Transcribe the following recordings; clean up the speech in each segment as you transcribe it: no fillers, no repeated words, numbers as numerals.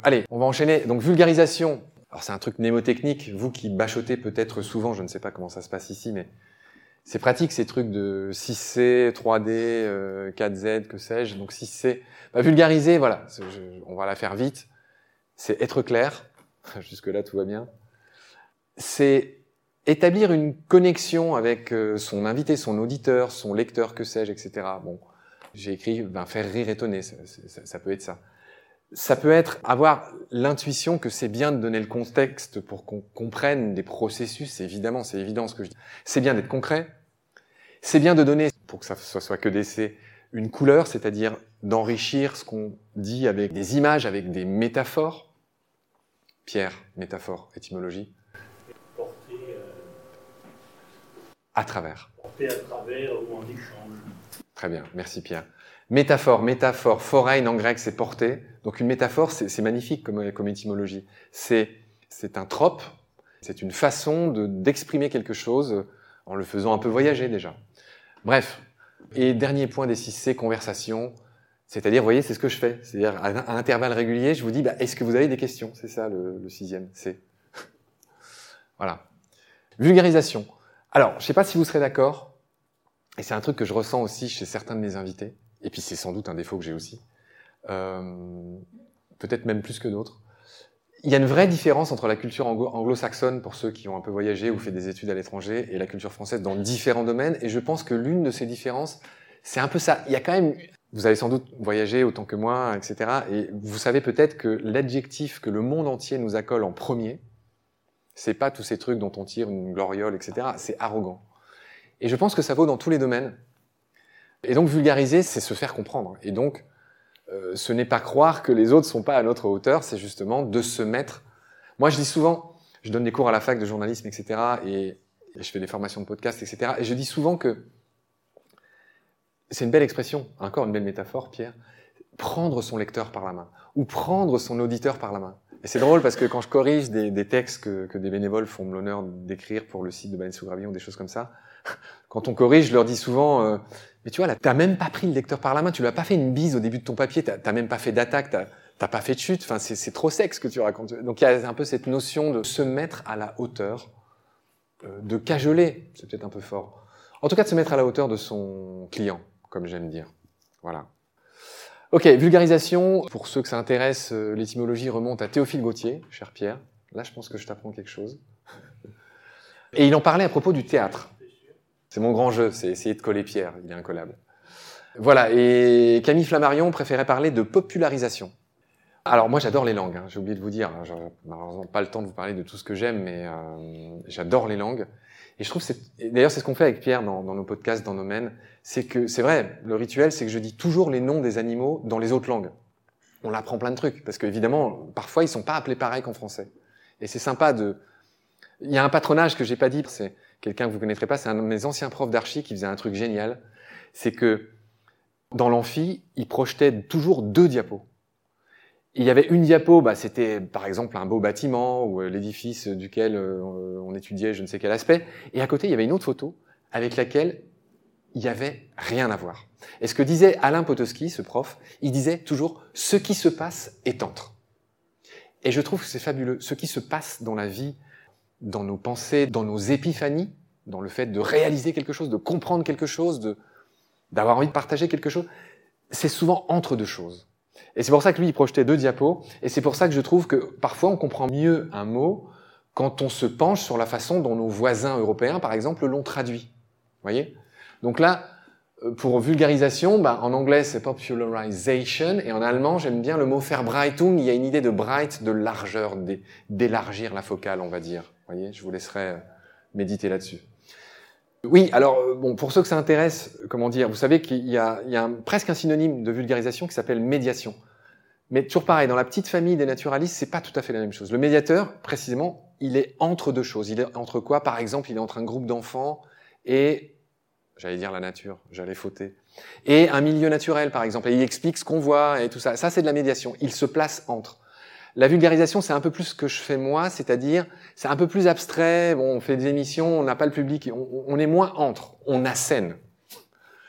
Allez, on va enchaîner. Donc, vulgarisation. Alors, c'est un truc mnémotechnique. Vous qui bachotez peut-être souvent, je ne sais pas comment ça se passe ici, mais c'est pratique ces trucs de 6C, 3D, 4Z, que sais-je. Donc 6C. Vulgariser, voilà. On va la faire vite. C'est être clair. Jusque-là, tout va bien. C'est établir une connexion avec son invité, son auditeur, son lecteur, que sais-je, etc. Bon, j'ai écrit faire rire, étonner. Ça peut être ça. Ça peut être avoir l'intuition que c'est bien de donner le contexte pour qu'on comprenne des processus. Évidemment, c'est évident ce que je dis. C'est bien d'être concret. C'est bien de donner, pour que ça soit que d'essai, une couleur, c'est-à-dire d'enrichir ce qu'on dit avec des images, avec des métaphores. Pierre, métaphore, étymologie. Porter à travers. Porter à travers ou en échange. Très bien, merci Pierre. Métaphore, foreign en grec, c'est porter. Donc une métaphore, c'est magnifique comme étymologie. C'est un trope, c'est une façon d'exprimer quelque chose en le faisant un peu voyager déjà. Bref. Et dernier point des 6C, conversation. C'est-à-dire, vous voyez, c'est ce que je fais. C'est-à-dire, à intervalles réguliers, je vous dis, est-ce que vous avez des questions? C'est ça le 6e, C. Voilà. Vulgarisation. Alors, je ne sais pas si vous serez d'accord, et c'est un truc que je ressens aussi chez certains de mes invités, et puis c'est sans doute un défaut que j'ai aussi, peut-être même plus que d'autres. Il y a une vraie différence entre la culture anglo-saxonne, pour ceux qui ont un peu voyagé ou fait des études à l'étranger, et la culture française dans différents domaines, et je pense que l'une de ces différences, c'est un peu ça. Il y a quand même, vous avez sans doute voyagé autant que moi, etc., et vous savez peut-être que l'adjectif que le monde entier nous accole en premier, c'est pas tous ces trucs dont on tire une gloriole, etc., c'est arrogant. Et je pense que ça vaut dans tous les domaines. Et donc vulgariser, c'est se faire comprendre. Et donc, ce n'est pas croire que les autres sont pas à notre hauteur, c'est justement de se mettre... Moi, je dis souvent, je donne des cours à la fac de journalisme, etc., et je fais des formations de podcast, etc., et je dis souvent que c'est une belle expression, encore une belle métaphore, Pierre, prendre son lecteur par la main, ou prendre son auditeur par la main. Et c'est drôle parce que quand je corrige des textes que des bénévoles font l'honneur d'écrire pour le site de Baleine sous Gravillon, des choses comme ça, quand on corrige, je leur dis souvent mais tu vois, là, t'as même pas pris le lecteur par la main, tu lui as pas fait une bise au début de ton papier, t'as même pas fait d'attaque, t'as pas fait de chute, enfin, c'est trop sec ce que tu racontes. Donc, il y a un peu cette notion de se mettre à la hauteur, de cajoler, c'est peut-être un peu fort. En tout cas, de se mettre à la hauteur de son client, comme j'aime dire. Voilà. Ok, vulgarisation. Pour ceux que ça intéresse, l'étymologie remonte à Théophile Gautier, cher Pierre. Là, je pense que je t'apprends quelque chose. Et il en parlait à propos du théâtre. C'est mon grand jeu, c'est essayer de coller Pierre, il est incollable. Voilà, et Camille Flammarion préférait parler de popularisation. Alors moi j'adore les langues, j'ai oublié de vous dire, j'ai malheureusement pas le temps de vous parler de tout ce que j'aime, mais j'adore les langues. Et je trouve d'ailleurs c'est ce qu'on fait avec Pierre dans nos podcasts, dans nos mènes, c'est que, c'est vrai, le rituel c'est que je dis toujours les noms des animaux dans les autres langues. On apprend plein de trucs, parce qu'évidemment, parfois ils sont pas appelés pareil qu'en français. Et c'est sympa il y a un patronage que j'ai pas dit, c'est quelqu'un que vous connaîtrez pas, c'est un de mes anciens profs d'archi qui faisait un truc génial, c'est que dans l'amphi, il projetait toujours 2 diapos. Il y avait une diapo, c'était par exemple un beau bâtiment ou l'édifice duquel on étudiait je ne sais quel aspect, et à côté il y avait une autre photo avec laquelle il y avait rien à voir. Et ce que disait Alain Potosky, ce prof, il disait toujours « ce qui se passe est entre ». Et je trouve que c'est fabuleux, ce qui se passe dans la vie, dans nos pensées, dans nos épiphanies, dans le fait de réaliser quelque chose, de comprendre quelque chose, d'avoir envie de partager quelque chose, c'est souvent entre 2 choses. Et c'est pour ça que lui, il projetait 2 diapos, et c'est pour ça que je trouve que parfois on comprend mieux un mot quand on se penche sur la façon dont nos voisins européens, par exemple, l'ont traduit. Vous voyez? Donc là, pour vulgarisation, en anglais c'est popularization, et en allemand j'aime bien le mot Verbreitung, il y a une idée de bright, de largeur, d'élargir la focale, on va dire. Vous voyez, je vous laisserai méditer là-dessus. Oui, alors pour ceux que ça intéresse, comment dire, vous savez qu'il y a presque un synonyme de vulgarisation qui s'appelle médiation. Mais toujours pareil, dans la petite famille des naturalistes, c'est pas tout à fait la même chose. Le médiateur, précisément, il est entre 2 choses. Il est entre quoi? Par exemple, il est entre un groupe d'enfants et, j'allais dire la nature, j'allais fauter, et un milieu naturel, par exemple. Et il explique ce qu'on voit et tout ça. Ça, c'est de la médiation. Il se place entre. La vulgarisation, c'est un peu plus ce que je fais moi, c'est-à-dire, c'est un peu plus abstrait, on fait des émissions, on n'a pas le public, on est moins entre, on assène. Vous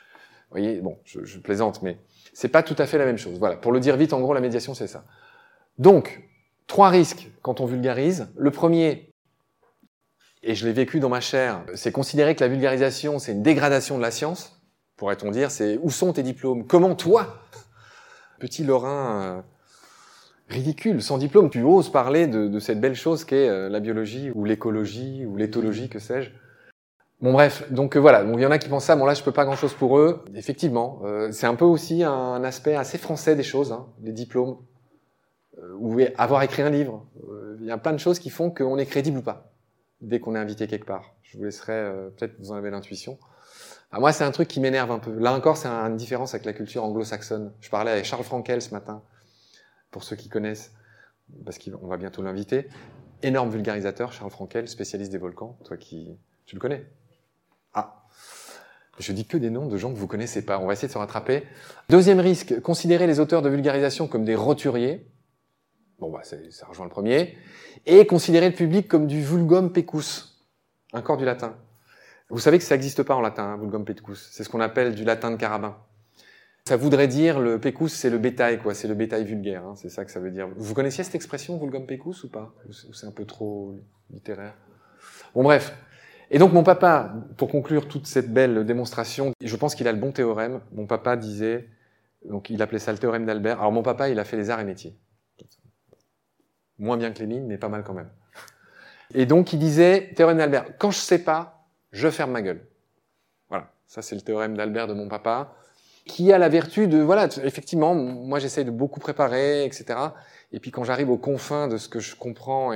voyez, je plaisante, mais c'est pas tout à fait la même chose. Voilà, pour le dire vite, en gros, la médiation, c'est ça. Donc, 3 risques quand on vulgarise. Le premier, et je l'ai vécu dans ma chair, c'est considérer que la vulgarisation, c'est une dégradation de la science. Pourrait-on dire, c'est où sont tes diplômes? Comment toi, petit Lorrain ridicule, sans diplôme, tu oses parler de cette belle chose qu'est la biologie ou l'écologie ou l'éthologie, que sais-je. Bon bref, donc voilà, donc il y en a qui pensent ça, bon là je peux pas grand-chose pour eux. Effectivement, c'est un peu aussi un aspect assez français des choses, hein, les diplômes, ou avoir écrit un livre. Il y a plein de choses qui font qu'on est crédible ou pas, dès qu'on est invité quelque part. Je vous laisserai, peut-être vous en avez l'intuition. Alors moi c'est un truc qui m'énerve un peu. Là encore c'est une différence avec la culture anglo-saxonne. Je parlais avec Charles Frankel ce matin, pour ceux qui connaissent, parce qu'on va bientôt l'inviter. Énorme vulgarisateur, Charles Frankel, spécialiste des volcans, toi qui... Tu le connais? Ah, je dis que des noms de gens que vous connaissez pas. On va essayer de se rattraper. Deuxième risque, considérer les auteurs de vulgarisation comme des roturiers. Bon, bah, ça rejoint le premier. Et considérer le public comme du vulgum pecus. Encore du latin. Vous savez que ça n'existe pas en latin, hein, vulgum pecus. C'est ce qu'on appelle du latin de Carabin. Ça voudrait dire, le pecus, c'est le bétail, quoi. C'est le bétail vulgaire, hein. C'est ça que ça veut dire. Vous connaissiez cette expression, vulgum pecus, ou pas? Ou c'est un peu trop littéraire? Bon, bref. Et donc mon papa, pour conclure toute cette belle démonstration, je pense qu'il a le bon théorème. Mon papa disait, donc il appelait ça le théorème d'Albert. Alors mon papa, il a fait les arts et métiers. Moins bien que les mines, mais pas mal quand même. Et donc il disait, théorème d'Albert, quand je sais pas, je ferme ma gueule. Voilà, ça c'est le théorème d'Albert de mon papa, qui a la vertu de, voilà, effectivement, moi j'essaye de beaucoup préparer, etc. Et puis quand j'arrive aux confins de ce que je comprends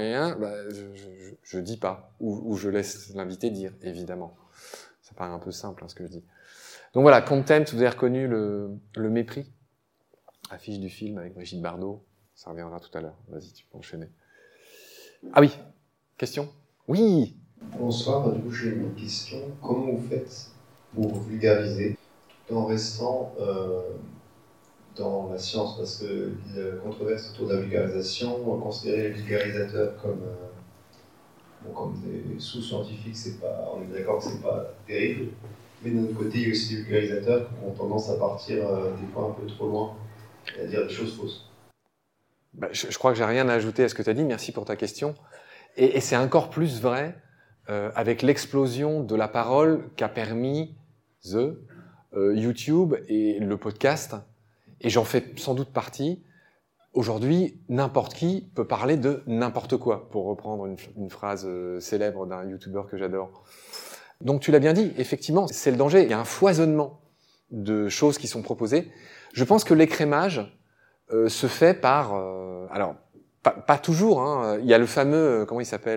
je dis pas, ou je laisse l'invité dire, évidemment. Ça paraît un peu simple, hein, ce que je dis. Donc voilà, Contempt, vous avez reconnu le mépris. Affiche du film avec Brigitte Bardot. Ça reviendra tout à l'heure. Vas-y, tu peux enchaîner. Ah oui, question? Oui. Bonsoir, du coup j'ai une question. Comment vous faites pour vulgariser tout en restant dans la science? Parce que la controverse autour de la vulgarisation, considérer les vulgarisateurs comme des sous-scientifiques, on est d'accord que c'est pas terrible. Mais d'un autre côté, il y a aussi des vulgarisateurs qui ont tendance à partir des fois un peu trop loin et à dire des choses fausses. Bah, je crois que j'ai rien à ajouter à ce que tu as dit. Merci pour ta question. Et c'est encore plus vrai avec l'explosion de la parole qu'a permis YouTube et le podcast. Et j'en fais sans doute partie. Aujourd'hui, n'importe qui peut parler de n'importe quoi, pour reprendre une phrase célèbre d'un YouTuber que j'adore. Donc tu l'as bien dit, effectivement, c'est le danger. Il y a un foisonnement de choses qui sont proposées. Je pense que l'écrémage se fait par... alors, pas toujours. Hein. Il y a le fameux... comment il s'appelle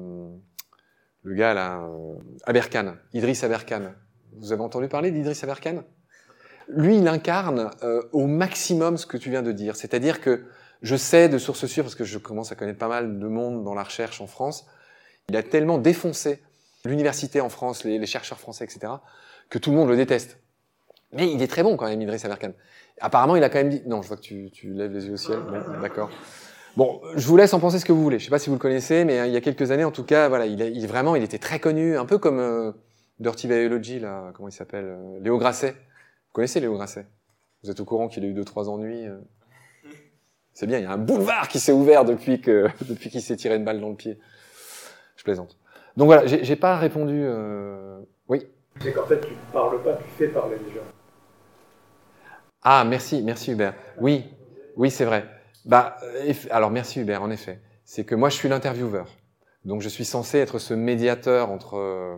le gars là Aberkan, Idriss Aberkan. Vous avez entendu parler d'Idriss Aberkan? Lui, il incarne au maximum ce que tu viens de dire. C'est-à-dire que je sais de sources sûres, parce que je commence à connaître pas mal de monde dans la recherche en France, il a tellement défoncé l'université en France, les chercheurs français, etc., que tout le monde le déteste. Mais il est très bon quand même, Idriss Aberkan. Apparemment, il a quand même dit... Non, je vois que tu lèves les yeux au ciel. Bon, d'accord. Bon, je vous laisse en penser ce que vous voulez. Je sais pas si vous le connaissez, mais il y a quelques années, en tout cas, voilà, il était très connu, un peu comme Dirty Biology, là, comment il s'appelle, Léo Grasset. Vous connaissez Léo Grasset? Vous êtes au courant qu'il a eu 2-3 ennuis? C'est bien, il y a un boulevard qui s'est ouvert depuis qu'il s'est tiré une balle dans le pied. Je plaisante. Donc voilà, j'ai pas répondu... Oui? C'est qu'en fait, tu ne parles pas, tu fais parler les gens. Ah, merci Hubert. Oui, c'est vrai. Alors merci Hubert, en effet. C'est que moi je suis l'intervieweur. Donc je suis censé être ce médiateur entre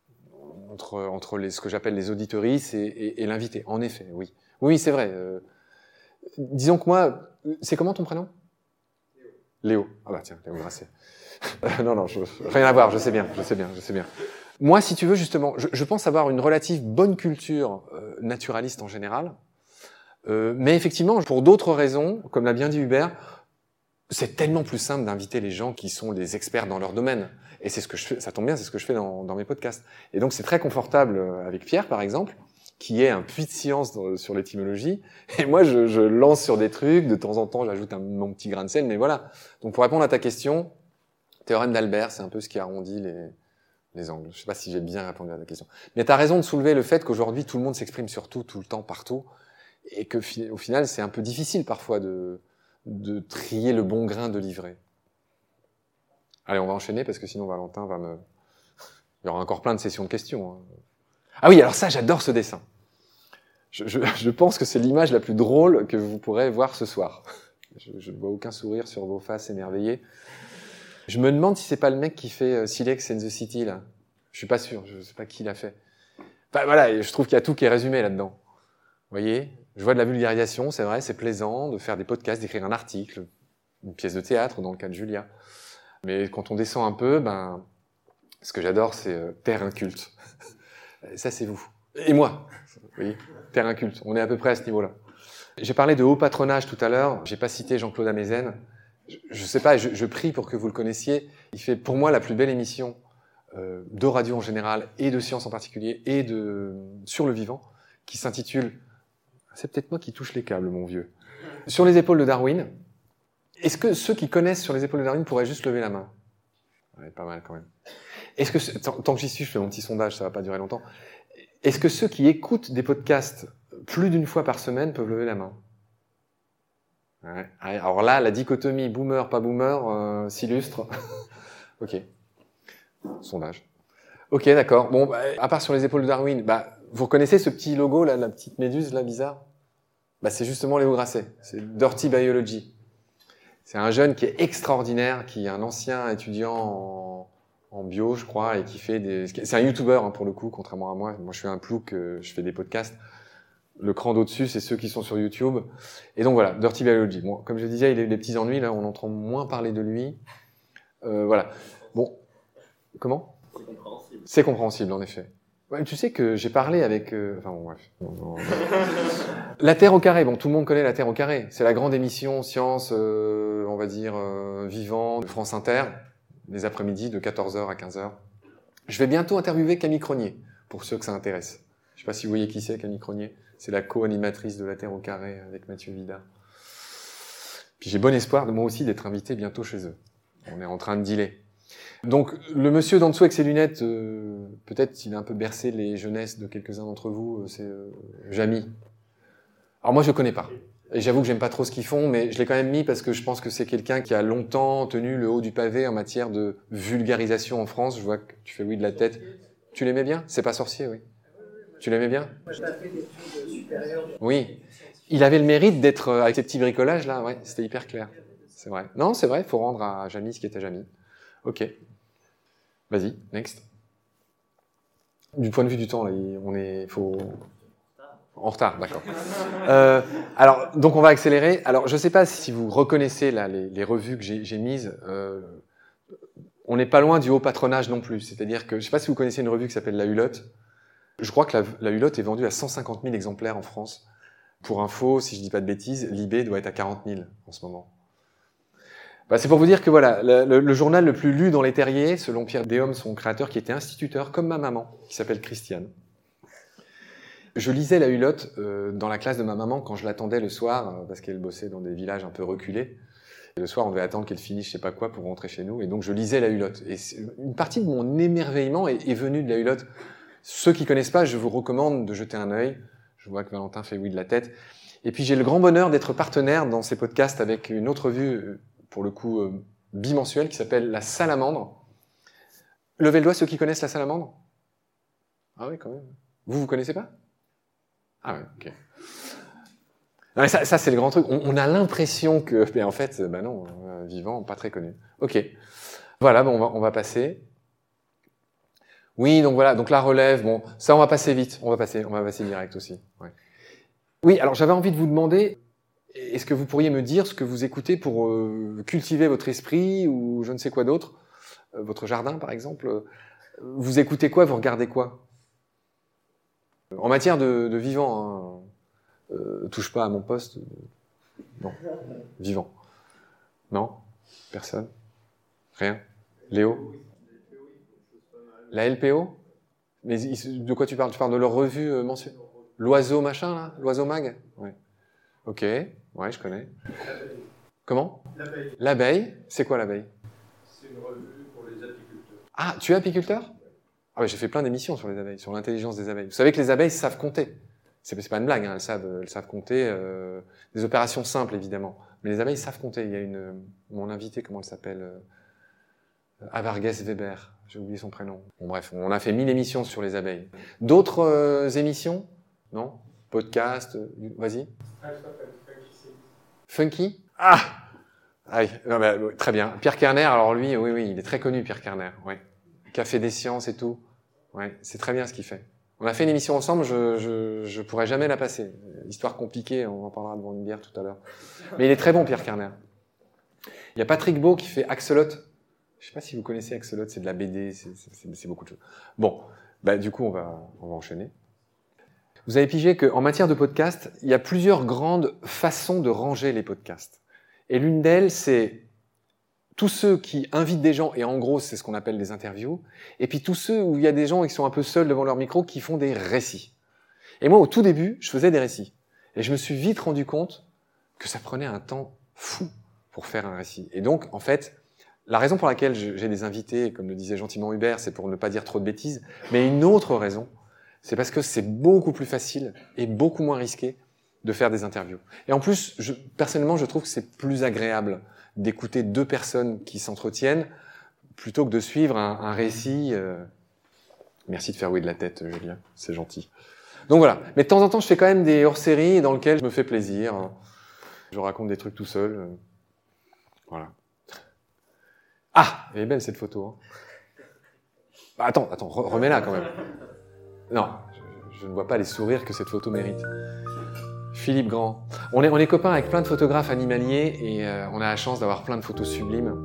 ce que j'appelle les auditoristes et l'invité. En effet, oui. Oui, c'est vrai. Disons que moi, c'est comment ton prénom? Léo. Ah bah tiens, Léo Grasset. Non, rien à voir, je sais bien. Moi, si tu veux, justement, je pense avoir une relative bonne culture naturaliste en général. Mais effectivement, pour d'autres raisons, comme l'a bien dit Hubert, c'est tellement plus simple d'inviter les gens qui sont des experts dans leur domaine. Et c'est ce que je fais, ça tombe bien, c'est ce que je fais dans mes podcasts. Et donc c'est très confortable avec Pierre, par exemple, qui est un puits de science sur l'étymologie. Et moi, je lance sur des trucs, de temps en temps, j'ajoute mon petit grain de sel, mais voilà. Donc pour répondre à ta question, théorème d'Albert, c'est un peu ce qui arrondit les angles. Je sais pas si j'ai bien répondu à ta question. Mais tu as raison de soulever le fait qu'aujourd'hui, tout le monde s'exprime sur tout le temps, partout. Et que au final, c'est un peu difficile parfois de de trier le bon grain de livret. Allez, on va enchaîner parce que sinon Valentin va me... Il y aura encore plein de sessions de questions. Hein. Ah oui, alors ça, j'adore ce dessin. Je pense que c'est l'image la plus drôle que vous pourrez voir ce soir. Je ne vois aucun sourire sur vos faces émerveillées. Je me demande si c'est pas le mec qui fait Silex and the City, là. Je suis pas sûr, je sais pas qui l'a fait. Enfin, voilà, je trouve qu'il y a tout qui est résumé là-dedans. Vous voyez ? Je vois de la vulgarisation, c'est vrai, c'est plaisant de faire des podcasts, d'écrire un article, une pièce de théâtre dans le cas de Julia. Mais quand on descend un peu, ce que j'adore, c'est terre inculte. Ça, c'est vous. Et moi. Vous voyez ? Terre inculte. On est à peu près à ce niveau-là. J'ai parlé de haut patronage tout à l'heure. J'ai pas cité Jean-Claude Amezen. Je sais pas, je prie pour que vous le connaissiez. Il fait pour moi la plus belle émission de radio en général et de science en particulier et sur le vivant qui s'intitule « C'est peut-être moi qui touche les câbles, mon vieux ». Sur les épaules de Darwin. Est-ce que ceux qui connaissent Sur les épaules de Darwin pourraient juste lever la main ? Ouais, pas mal quand même. Est-ce que, tant que j'y suis, je fais mon petit sondage, ça va pas durer longtemps. Est-ce que ceux qui écoutent des podcasts plus d'une fois par semaine peuvent lever la main ? Ouais. Alors là, la dichotomie boomer, pas boomer s'illustre. Ok. Sondage. Ok, d'accord. Bon, à part Sur les épaules de Darwin, vous reconnaissez ce petit logo, là, la petite méduse, là, bizarre ? C'est justement Léo Grasset. C'est Dirty Biology. C'est un jeune qui est extraordinaire, qui est un ancien étudiant en bio, je crois, et qui fait des... C'est un youtubeur, hein, pour le coup, contrairement à moi. Moi, je suis un plouc, je fais des podcasts. Le cran d'au-dessus, c'est ceux qui sont sur YouTube. Et donc voilà, Dirty Biology. Bon, comme je disais, il a eu des petits ennuis, là, on entend moins parler de lui. Voilà. Bon. Comment ? C'est compréhensible. C'est compréhensible, en effet. Ouais, tu sais que j'ai parlé avec... Enfin bon, bref. Non. La Terre au carré. Bon, tout le monde connaît La Terre au carré. C'est la grande émission science, on va dire, vivant de France Inter, les après-midi de 14h à 15h. Je vais bientôt interviewer Camille Cronier, pour ceux que ça intéresse. Je sais pas si vous voyez qui c'est, Camille Cronier. C'est la co-animatrice de La Terre au carré avec Mathieu Vidard. Puis j'ai bon espoir, moi aussi, d'être invité bientôt chez eux. On est en train de dealer. Donc, le monsieur d'en dessous avec ses lunettes, peut-être s'il a un peu bercé les jeunesses de quelques-uns d'entre vous, c'est Jamy. Alors moi, je le connais pas. Et j'avoue que j'aime pas trop ce qu'ils font, mais je l'ai quand même mis parce que je pense que c'est quelqu'un qui a longtemps tenu le haut du pavé en matière de vulgarisation en France. Je vois que tu fais oui de la tête. Tu l'aimais bien ? C'est pas sorcier, oui. Tu l'aimais bien ? Moi, j'ai pas fait d'études supérieures. Oui. Il avait le mérite d'être, avec ces petits bricolages là, ouais, c'était hyper clair. C'est vrai. Non, c'est vrai, il faut rendre à Jamy ce qui est à Jamy. Ok. Vas-y, next. Du point de vue du temps, là, en retard, d'accord. Alors, donc on va accélérer. Alors, je sais pas si vous reconnaissez là les revues que j'ai mises. On n'est pas loin du haut patronage non plus. C'est-à-dire que, je sais pas si vous connaissez une revue qui s'appelle La Hulotte. Je crois que la Hulotte est vendue à 150 000 exemplaires en France. Pour info, si je dis pas de bêtises, l'eBay doit être à 40 000 en ce moment. C'est pour vous dire que voilà, le journal le plus lu dans les terriers, selon Pierre Déhomme, son créateur, qui était instituteur, comme ma maman, qui s'appelle Christiane. Je lisais La Hulotte dans la classe de ma maman quand je l'attendais le soir, parce qu'elle bossait dans des villages un peu reculés. Et le soir, on devait attendre qu'elle finisse je sais pas quoi pour rentrer chez nous. Et donc, je lisais La Hulotte. Et une partie de mon émerveillement est venue de La Hulotte. Ceux qui connaissent pas, je vous recommande de jeter un œil. Je vois que Valentin fait oui de la tête. Et puis, j'ai le grand bonheur d'être partenaire dans ces podcasts avec une autre revue, pour le coup, bimensuelle, qui s'appelle La Salamandre. Levez le doigt ceux qui connaissent La Salamandre. Ah oui, quand même. Vous connaissez pas? Ah ouais, ok. Non, mais ça c'est le grand truc. On a l'impression que, mais en fait, non, vivant, pas très connu. Ok. Voilà, bon, on va passer. Oui, donc voilà, donc la relève, bon, ça on va passer vite, on va passer direct aussi. Ouais. Oui, alors j'avais envie de vous demander, est-ce que vous pourriez me dire ce que vous écoutez pour cultiver votre esprit ou je ne sais quoi d'autre, votre jardin par exemple. Vous écoutez quoi, vous regardez quoi? En matière de vivant, hein, touche pas à mon poste. Non, vivant. Non? Personne? Rien? Léo? La LPO? Mais de quoi tu parles? Tu parles de leur revue mensuelle? L'oiseau machin, là? L'oiseau mag? Oui. Ok, ouais, je connais. Comment? L'abeille. L'abeille? C'est quoi l'abeille? C'est une revue pour les apiculteurs. Ah, tu es apiculteur? Ah ouais, j'ai fait plein d'émissions sur les abeilles, sur l'intelligence des abeilles. Vous savez que les abeilles savent compter. C'est pas une blague, hein, elles savent compter des opérations simples, évidemment. Mais les abeilles savent compter. Il y a mon invité, comment elle s'appelle Avarges Weber. J'ai oublié son prénom. Bon, bref, on a fait 1000 émissions sur les abeilles. D'autres émissions? Non? Podcast? Vas-y. Funky? Ah! Ah oui, non, mais, très bien. Pierre Kerner, alors lui, oui, il est très connu, Pierre Kerner. Ouais. Café des sciences et tout. Ouais, c'est très bien ce qu'il fait. On a fait une émission ensemble, je pourrais jamais la passer. Histoire compliquée, on en parlera devant une bière tout à l'heure. Mais il est très bon, Pierre Kerner. Il y a Patrick Beau qui fait Axolot. Je sais pas si vous connaissez Axolot, c'est de la BD, c'est beaucoup de choses. Bon, bah, du coup, on va enchaîner. Vous avez pigé qu'en matière de podcast, il y a plusieurs grandes façons de ranger les podcasts. Et l'une d'elles, c'est tous ceux qui invitent des gens, et en gros, c'est ce qu'on appelle des interviews, et puis tous ceux où il y a des gens qui sont un peu seuls devant leur micro, qui font des récits. Et moi, au tout début, je faisais des récits. Et je me suis vite rendu compte que ça prenait un temps fou pour faire un récit. Et donc, en fait, la raison pour laquelle j'ai des invités, comme le disait gentiment Hubert, c'est pour ne pas dire trop de bêtises, mais une autre raison, c'est parce que c'est beaucoup plus facile et beaucoup moins risqué de faire des interviews. Et en plus, personnellement, je trouve que c'est plus agréable d'écouter deux personnes qui s'entretiennent plutôt que de suivre un récit. Merci de faire oui de la tête, Julien, c'est gentil. Donc voilà. Mais de temps en temps, je fais quand même des hors-séries dans lesquelles je me fais plaisir. Je raconte des trucs tout seul. Voilà. Ah, elle est belle cette photo. Hein. Bah, attends, remets-la quand même. Non, je ne vois pas les sourires que cette photo mérite. Philippe Grand. On est copains avec plein de photographes animaliers et on a la chance d'avoir plein de photos sublimes.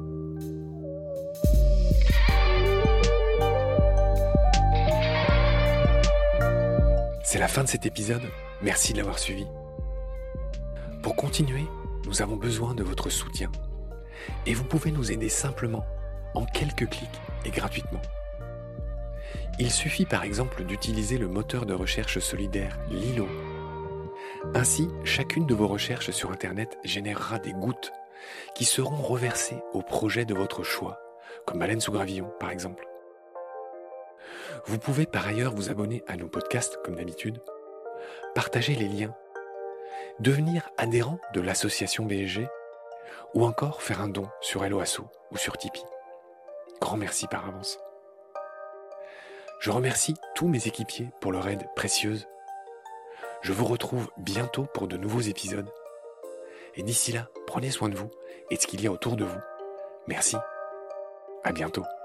C'est la fin de cet épisode. Merci de l'avoir suivi. Pour continuer, nous avons besoin de votre soutien. Et vous pouvez nous aider simplement, en quelques clics et gratuitement. Il suffit par exemple d'utiliser le moteur de recherche solidaire Lilo. Ainsi, chacune de vos recherches sur Internet générera des gouttes qui seront reversées au projet de votre choix, comme Baleine sous gravillon par exemple. Vous pouvez par ailleurs vous abonner à nos podcasts comme d'habitude, partager les liens, devenir adhérent de l'association BSG ou encore faire un don sur Helloasso ou sur Tipeee. Grand merci par avance. Je remercie tous mes équipiers pour leur aide précieuse. Je vous retrouve bientôt pour de nouveaux épisodes. Et d'ici là, prenez soin de vous et de ce qu'il y a autour de vous. Merci. À bientôt.